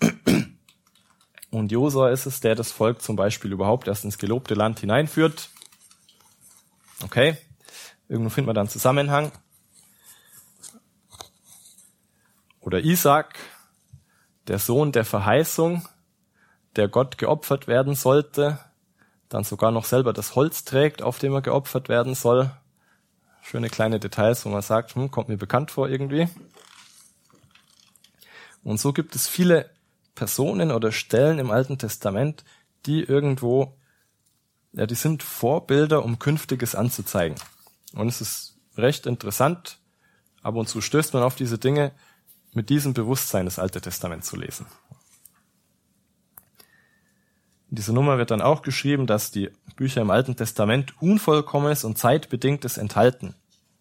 Und Josua ist es, der das Volk zum Beispiel überhaupt erst ins gelobte Land hineinführt. Okay, irgendwo findet man dann Zusammenhang. Oder Isaac, der Sohn der Verheißung, der Gott geopfert werden sollte, dann sogar noch selber das Holz trägt, auf dem er geopfert werden soll. Schöne kleine Details, wo man sagt, kommt mir bekannt vor irgendwie. Und so gibt es viele Personen oder Stellen im Alten Testament, die irgendwo, ja, die sind Vorbilder, um Künftiges anzuzeigen. Und es ist recht interessant, ab und zu stößt man auf diese Dinge, mit diesem Bewusstsein das Alte Testament zu lesen. In dieser Nummer wird dann auch geschrieben, dass die Bücher im Alten Testament Unvollkommenes und Zeitbedingtes enthalten.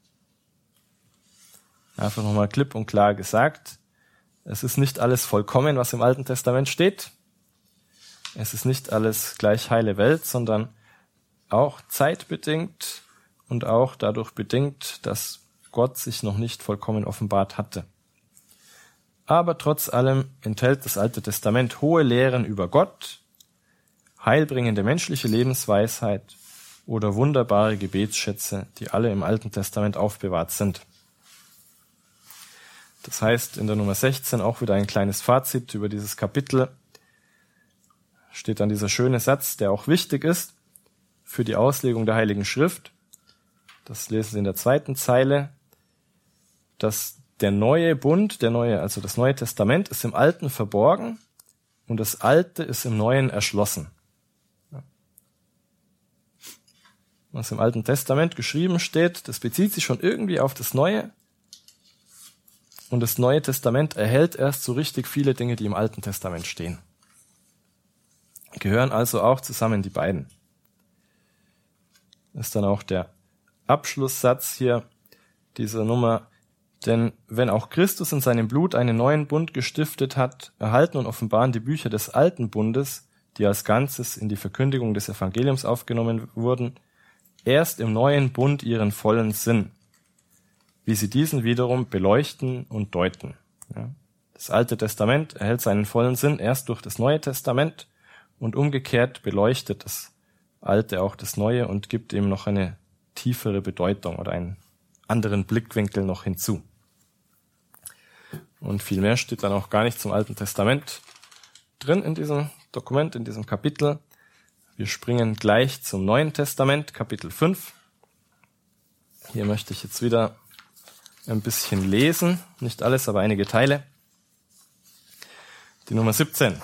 Einfach nochmal klipp und klar gesagt, es ist nicht alles vollkommen, was im Alten Testament steht. Es ist nicht alles gleich heile Welt, sondern auch zeitbedingt und auch dadurch bedingt, dass Gott sich noch nicht vollkommen offenbart hatte. Aber trotz allem enthält das Alte Testament hohe Lehren über Gott, heilbringende menschliche Lebensweisheit oder wunderbare Gebetsschätze, die alle im Alten Testament aufbewahrt sind. Das heißt, in der Nummer 16 auch wieder ein kleines Fazit über dieses Kapitel. Steht dann dieser schöne Satz, der auch wichtig ist für die Auslegung der Heiligen Schrift. Das lesen Sie in der 2. Zeile, dass der neue Bund, also das Neue Testament ist im Alten verborgen und das Alte ist im Neuen erschlossen. Was im Alten Testament geschrieben steht, das bezieht sich schon irgendwie auf das Neue. Und das Neue Testament erhält erst so richtig viele Dinge, die im Alten Testament stehen. Gehören also auch zusammen die beiden. Das ist dann auch der Abschlusssatz hier dieser Nummer. Denn wenn auch Christus in seinem Blut einen neuen Bund gestiftet hat, erhalten und offenbaren die Bücher des alten Bundes, die als Ganzes in die Verkündigung des Evangeliums aufgenommen wurden, erst im neuen Bund ihren vollen Sinn, wie sie diesen wiederum beleuchten und deuten. Ja. Das Alte Testament erhält seinen vollen Sinn erst durch das Neue Testament und umgekehrt beleuchtet das Alte auch das Neue und gibt ihm noch eine tiefere Bedeutung oder einen anderen Blickwinkel noch hinzu. Und viel mehr steht dann auch gar nicht zum Alten Testament drin in diesem Dokument, in diesem Kapitel. Wir springen gleich zum Neuen Testament, Kapitel 5. Hier möchte ich jetzt wieder ein bisschen lesen, nicht alles, aber einige Teile. Die Nummer 17.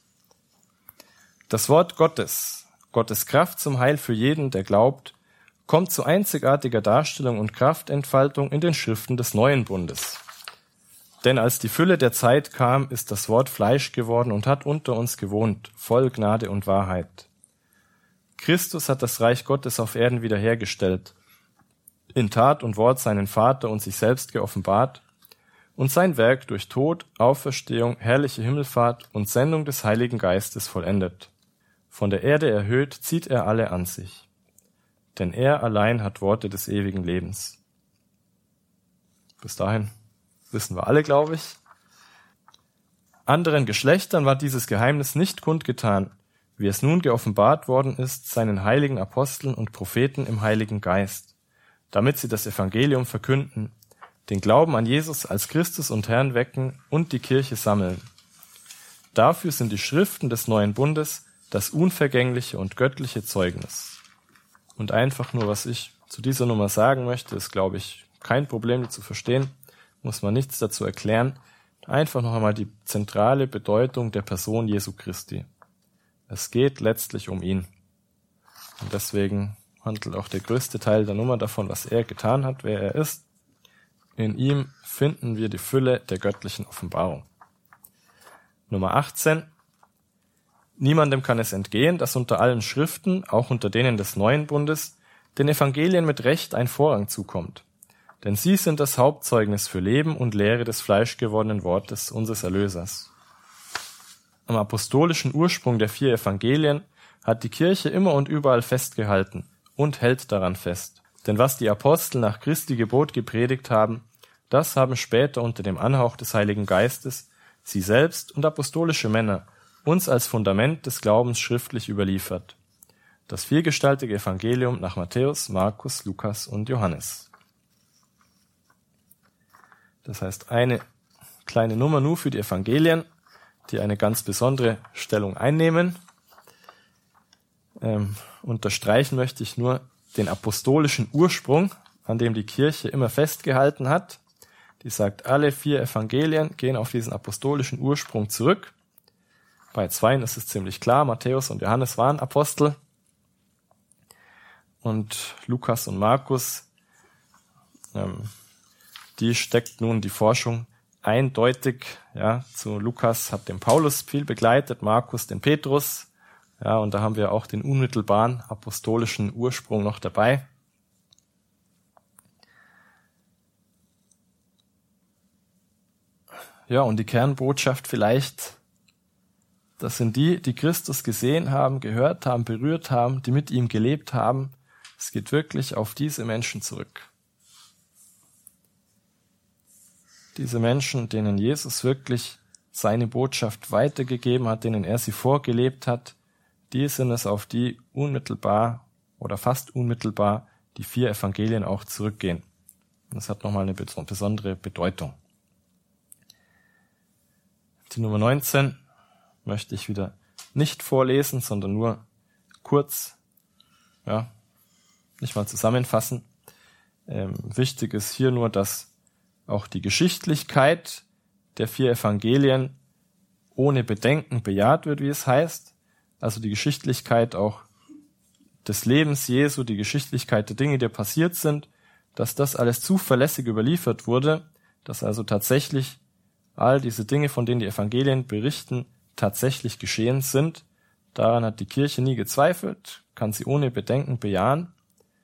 Das Wort Gottes, Gottes Kraft zum Heil für jeden, der glaubt, kommt zu einzigartiger Darstellung und Kraftentfaltung in den Schriften des Neuen Bundes. Denn als die Fülle der Zeit kam, ist das Wort Fleisch geworden und hat unter uns gewohnt, voll Gnade und Wahrheit. Christus hat das Reich Gottes auf Erden wiederhergestellt, in Tat und Wort seinen Vater und sich selbst geoffenbart und sein Werk durch Tod, Auferstehung, herrliche Himmelfahrt und Sendung des Heiligen Geistes vollendet. Von der Erde erhöht, zieht er alle an sich. Denn er allein hat Worte des ewigen Lebens. Bis dahin wissen wir alle, glaube ich. Anderen Geschlechtern war dieses Geheimnis nicht kundgetan, wie es nun geoffenbart worden ist, seinen heiligen Aposteln und Propheten im Heiligen Geist, damit sie das Evangelium verkünden, den Glauben an Jesus als Christus und Herrn wecken und die Kirche sammeln. Dafür sind die Schriften des Neuen Bundes das unvergängliche und göttliche Zeugnis. Und einfach nur, was ich zu dieser Nummer sagen möchte, ist, glaube ich, kein Problem, die zu verstehen, muss man nichts dazu erklären. Einfach noch einmal die zentrale Bedeutung der Person Jesu Christi. Es geht letztlich um ihn. Und deswegen handelt auch der größte Teil der Nummer davon, was er getan hat, wer er ist. In ihm finden wir die Fülle der göttlichen Offenbarung. Nummer 18. Niemandem kann es entgehen, dass unter allen Schriften, auch unter denen des Neuen Bundes, den Evangelien mit Recht ein Vorrang zukommt. Denn sie sind das Hauptzeugnis für Leben und Lehre des fleischgewordenen Wortes unseres Erlösers. Am apostolischen Ursprung der 4 Evangelien hat die Kirche immer und überall festgehalten und hält daran fest. Denn was die Apostel nach Christi Gebot gepredigt haben, das haben später unter dem Anhauch des Heiligen Geistes sie selbst und apostolische Männer uns als Fundament des Glaubens schriftlich überliefert. Das viergestaltige Evangelium nach Matthäus, Markus, Lukas und Johannes. Das heißt, eine kleine Nummer nur für die Evangelien, die eine ganz besondere Stellung einnehmen. Unterstreichen möchte ich nur den apostolischen Ursprung, an dem die Kirche immer festgehalten hat. Die sagt, alle 4 Evangelien gehen auf diesen apostolischen Ursprung zurück. Bei 2 ist es ziemlich klar, Matthäus und Johannes waren Apostel. Und Lukas und Markus, die steckt nun die Forschung eindeutig, ja, zu Lukas hat den Paulus viel begleitet, Markus den Petrus, Ja, und da haben wir auch den unmittelbaren apostolischen Ursprung noch dabei. Ja, und die Kernbotschaft vielleicht, das sind die Christus gesehen haben, gehört haben, berührt haben, die mit ihm gelebt haben. Es geht wirklich auf diese Menschen zurück. Diese Menschen, denen Jesus wirklich seine Botschaft weitergegeben hat, denen er sie vorgelebt hat, die sind es, auf die unmittelbar oder fast unmittelbar die 4 Evangelien auch zurückgehen. Und das hat nochmal eine besondere Bedeutung. Die Nummer 19 möchte ich wieder nicht vorlesen, sondern nur kurz, nicht mal zusammenfassen. Wichtig ist hier nur, dass auch die Geschichtlichkeit der 4 Evangelien ohne Bedenken bejaht wird, wie es heißt. Also die Geschichtlichkeit auch des Lebens Jesu, die Geschichtlichkeit der Dinge, die passiert sind, dass das alles zuverlässig überliefert wurde, dass also tatsächlich all diese Dinge, von denen die Evangelien berichten, tatsächlich geschehen sind. Daran hat die Kirche nie gezweifelt, kann sie ohne Bedenken bejahen.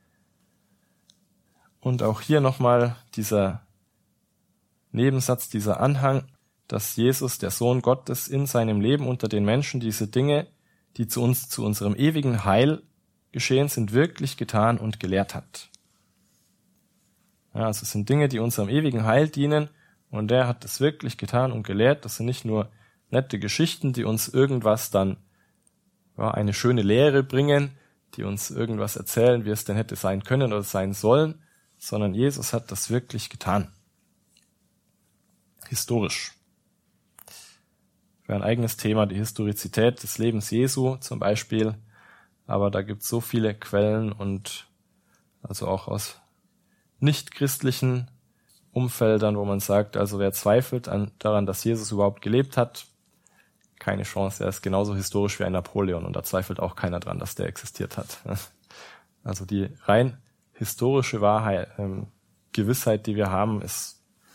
Und auch hier nochmal dieser Nebensatz, dieser Anhang, dass Jesus, der Sohn Gottes, in seinem Leben unter den Menschen diese Dinge, die zu unserem ewigen Heil geschehen sind, wirklich getan und gelehrt hat. Ja, also es sind Dinge, die unserem ewigen Heil dienen, und er hat es wirklich getan und gelehrt. Das sind nicht nur nette Geschichten, die uns irgendwas dann, eine schöne Lehre bringen, die uns irgendwas erzählen, wie es denn hätte sein können oder sein sollen, sondern Jesus hat das wirklich getan. Historisch. Wäre ein eigenes Thema, die Historizität des Lebens Jesu zum Beispiel. Aber da gibt es so viele Quellen und also auch aus nichtchristlichen Umfeldern, wo man sagt, also wer zweifelt daran, dass Jesus überhaupt gelebt hat, keine Chance. Er ist genauso historisch wie ein Napoleon und da zweifelt auch keiner dran, dass der existiert hat. Also die rein historische Wahrheit, Gewissheit, die wir haben, ist,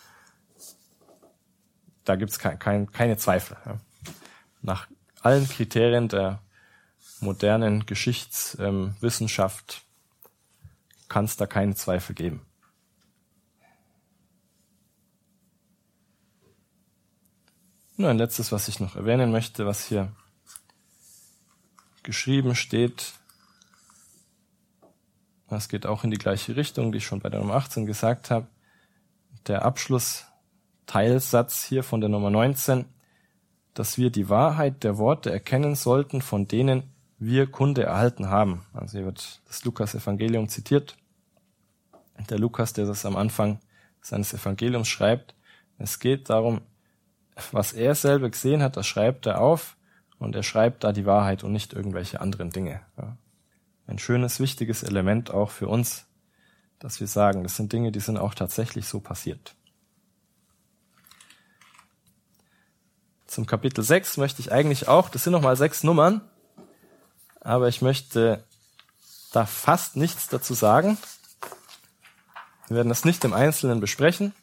da gibt's keine Zweifel. Nach allen Kriterien der modernen Geschichtswissenschaft kann es da keine Zweifel geben. Nur ein letztes, was ich noch erwähnen möchte, was hier geschrieben steht. Das geht auch in die gleiche Richtung, die ich schon bei der Nummer 18 gesagt habe. Der Abschlussteilsatz hier von der Nummer 19, dass wir die Wahrheit der Worte erkennen sollten, von denen wir Kunde erhalten haben. Also hier wird das Lukas-Evangelium zitiert. Der Lukas, der das am Anfang seines Evangeliums schreibt. Es geht darum, was er selber gesehen hat, das schreibt er auf und er schreibt da die Wahrheit und nicht irgendwelche anderen Dinge. Ja. Ein schönes, wichtiges Element auch für uns, dass wir sagen, das sind Dinge, die sind auch tatsächlich so passiert. Zum Kapitel 6 möchte ich eigentlich auch, das sind nochmal 6 Nummern, aber ich möchte da fast nichts dazu sagen. Wir werden das nicht im Einzelnen besprechen.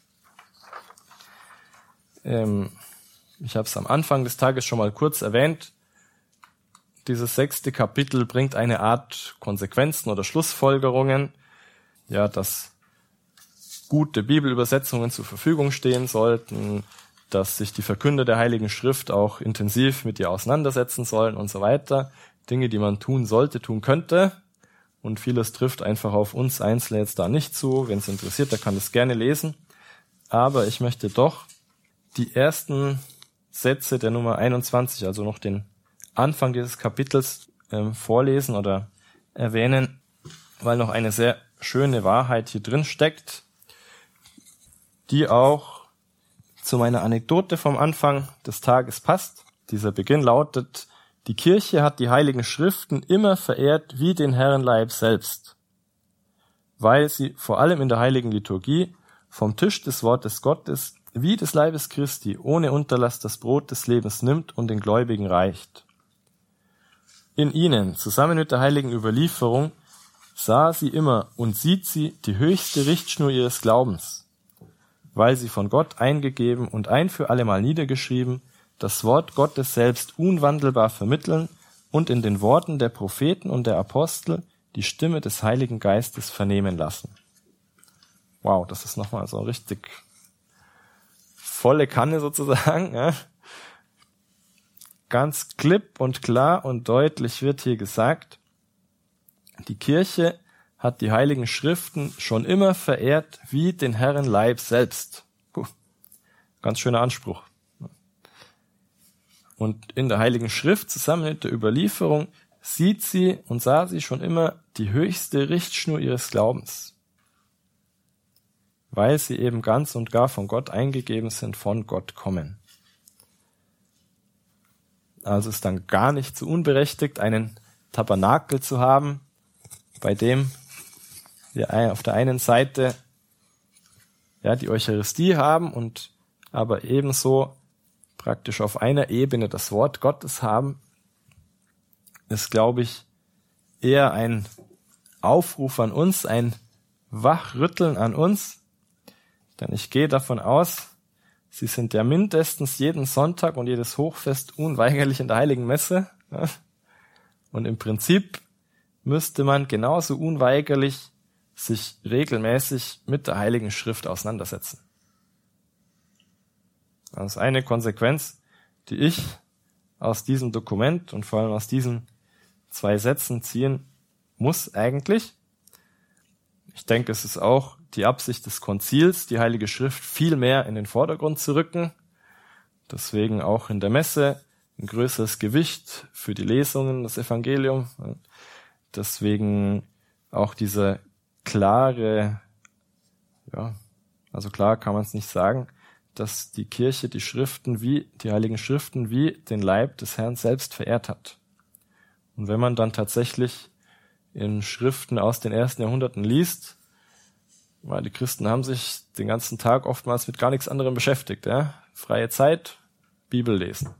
Ich habe es am Anfang des Tages schon mal kurz erwähnt. Dieses 6. Kapitel bringt eine Art Konsequenzen oder Schlussfolgerungen, ja, dass gute Bibelübersetzungen zur Verfügung stehen sollten, dass sich die Verkünder der Heiligen Schrift auch intensiv mit ihr auseinandersetzen sollen und so weiter. Dinge, die man tun sollte, tun könnte. Und vieles trifft einfach auf uns Einzelne jetzt da nicht zu. Wenn es interessiert, der kann das gerne lesen. Aber ich möchte doch die ersten Sätze der Nummer 21, also noch den Anfang dieses Kapitels vorlesen oder erwähnen, weil noch eine sehr schöne Wahrheit hier drin steckt, die auch zu meiner Anekdote vom Anfang des Tages passt. Dieser Beginn lautet: Die Kirche hat die Heiligen Schriften immer verehrt wie den Herrenleib selbst, weil sie vor allem in der Heiligen Liturgie vom Tisch des Wortes Gottes wie des Leibes Christi ohne Unterlass das Brot des Lebens nimmt und den Gläubigen reicht. In ihnen, zusammen mit der heiligen Überlieferung, sah sie immer und sieht sie die höchste Richtschnur ihres Glaubens, weil sie von Gott eingegeben und ein für allemal niedergeschrieben das Wort Gottes selbst unwandelbar vermitteln und in den Worten der Propheten und der Apostel die Stimme des Heiligen Geistes vernehmen lassen. Wow, das ist nochmal so richtig volle Kanne sozusagen. Ja. Ganz klipp und klar und deutlich wird hier gesagt, die Kirche hat die Heiligen Schriften schon immer verehrt wie den Herrn Leib selbst. Ganz schöner Anspruch. Und in der Heiligen Schrift zusammen mit der Überlieferung sieht sie und sah sie schon immer die höchste Richtschnur ihres Glaubens, weil sie eben ganz und gar von Gott eingegeben sind, von Gott kommen. Also ist dann gar nicht so unberechtigt, einen Tabernakel zu haben, bei dem wir auf der einen Seite ja die Eucharistie haben und aber ebenso praktisch auf einer Ebene das Wort Gottes haben, ist, glaube ich, eher ein Aufruf an uns, ein Wachrütteln an uns. Denn ich gehe davon aus, Sie sind ja mindestens jeden Sonntag und jedes Hochfest unweigerlich in der Heiligen Messe. Ja? Und im Prinzip müsste man genauso unweigerlich sich regelmäßig mit der Heiligen Schrift auseinandersetzen. Das ist eine Konsequenz, die ich aus diesem Dokument und vor allem aus diesen 2 Sätzen ziehen muss eigentlich. Ich denke, es ist auch die Absicht des Konzils, die Heilige Schrift viel mehr in den Vordergrund zu rücken. Deswegen auch in der Messe ein größeres Gewicht für die Lesungen, das Evangelium. Deswegen auch diese klare, ja, also klar kann man es nicht sagen, dass die Kirche die Heiligen Schriften wie den Leib des Herrn selbst verehrt hat. Und wenn man dann tatsächlich in Schriften aus den ersten Jahrhunderten liest, weil die Christen haben sich den ganzen Tag oftmals mit gar nichts anderem beschäftigt. Ja? Freie Zeit, Bibel lesen.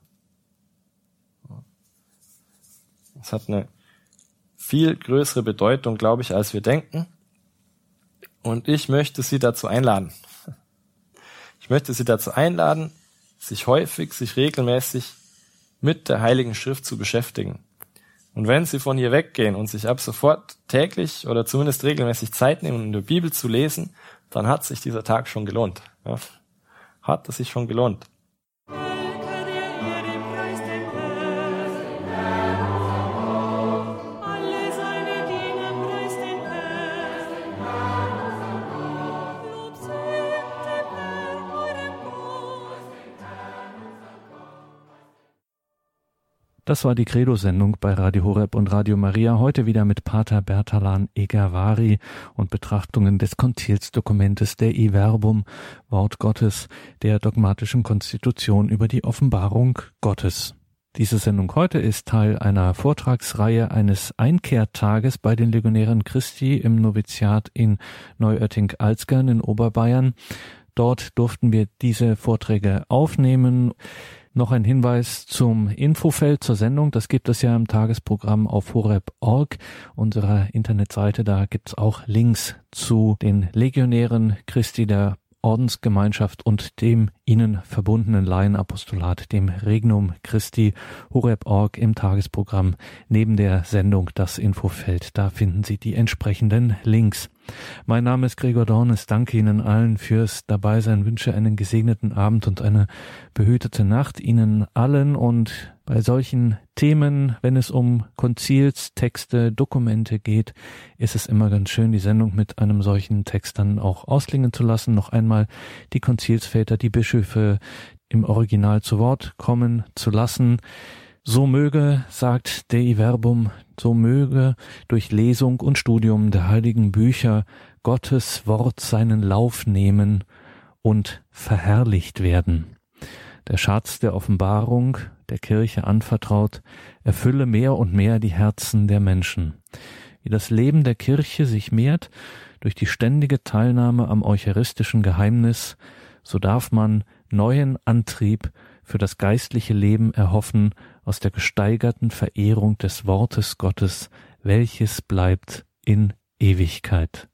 Das hat eine viel größere Bedeutung, glaube ich, als wir denken. Und ich möchte Sie dazu einladen. Ich möchte Sie dazu einladen, sich regelmäßig mit der Heiligen Schrift zu beschäftigen. Und wenn Sie von hier weggehen und sich ab sofort täglich oder zumindest regelmäßig Zeit nehmen, in der Bibel zu lesen, dann hat sich dieser Tag schon gelohnt. Ja, hat es sich schon gelohnt. Das war die Credo-Sendung bei Radio Horeb und Radio Maria, heute wieder mit Pater Bertalan Egervari und Betrachtungen des Konzilsdokumentes Dei Verbum, Wort Gottes, der dogmatischen Konstitution über die Offenbarung Gottes. Diese Sendung heute ist Teil einer Vortragsreihe eines Einkehrtages bei den Legionären Christi im Noviziat in Neuötting-Alzgern in Oberbayern. Dort durften wir diese Vorträge aufnehmen. Noch ein Hinweis zum Infofeld zur Sendung. Das gibt es ja im Tagesprogramm auf horeb.org, unserer Internetseite. Da gibt's auch Links zu den Legionären Christi, der Ordensgemeinschaft und dem ihnen verbundenen Laienapostolat, dem Regnum Christi, horeb.org im Tagesprogramm. Neben der Sendung das Infofeld. Da finden Sie die entsprechenden Links. Mein Name ist Gregor Dornes. Danke Ihnen allen fürs Dabeisein. Wünsche einen gesegneten Abend und eine behütete Nacht Ihnen allen. Und bei solchen Themen, wenn es um Konzilstexte, Dokumente geht, ist es immer ganz schön, die Sendung mit einem solchen Text dann auch ausklingen zu lassen. Noch einmal die Konzilsväter, die Bischöfe im Original zu Wort kommen zu lassen. So möge, sagt Dei Verbum, so möge durch Lesung und Studium der heiligen Bücher Gottes Wort seinen Lauf nehmen und verherrlicht werden. Der Schatz der Offenbarung, der Kirche anvertraut, erfülle mehr und mehr die Herzen der Menschen. Wie das Leben der Kirche sich mehrt durch die ständige Teilnahme am eucharistischen Geheimnis, so darf man neuen Antrieb für das geistliche Leben erhoffen aus der gesteigerten Verehrung des Wortes Gottes, welches bleibt in Ewigkeit.